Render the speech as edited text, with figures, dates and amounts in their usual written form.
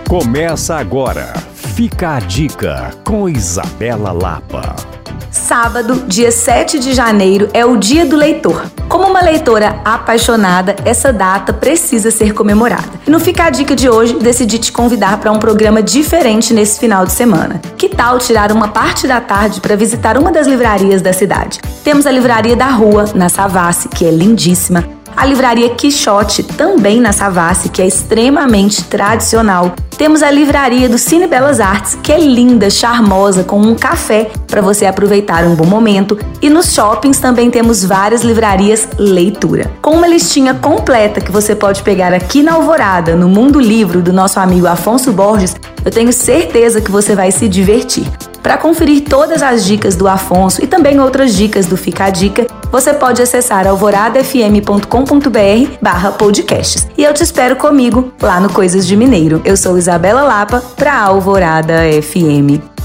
Começa agora. Fica a dica com Isabela Lapa. Sábado, dia 7 de janeiro, é o Dia do Leitor. Como uma leitora apaixonada, essa data precisa ser comemorada. E no Fica a Dica de hoje, decidi te convidar para um programa diferente nesse final de semana. Que tal tirar uma parte da tarde para visitar uma das livrarias da cidade? Temos a Livraria da Rua, na Savassi, que é lindíssima. A Livraria Quixote, também na Savassi, que é extremamente tradicional. Temos a Livraria do Cine Belas Artes, que é linda, charmosa, com um café para você aproveitar um bom momento. E nos shoppings também temos várias livrarias leitura. Com uma listinha completa que você pode pegar aqui na Alvorada, no Mundo Livro do nosso amigo Afonso Borges, eu tenho certeza que você vai se divertir. Para conferir todas as dicas do Afonso e também outras dicas do Fica a Dica, você pode acessar alvoradafm.com.br/podcasts. E eu te espero comigo lá no Coisas de Mineiro. Eu sou Isabela Lapa para Alvorada FM.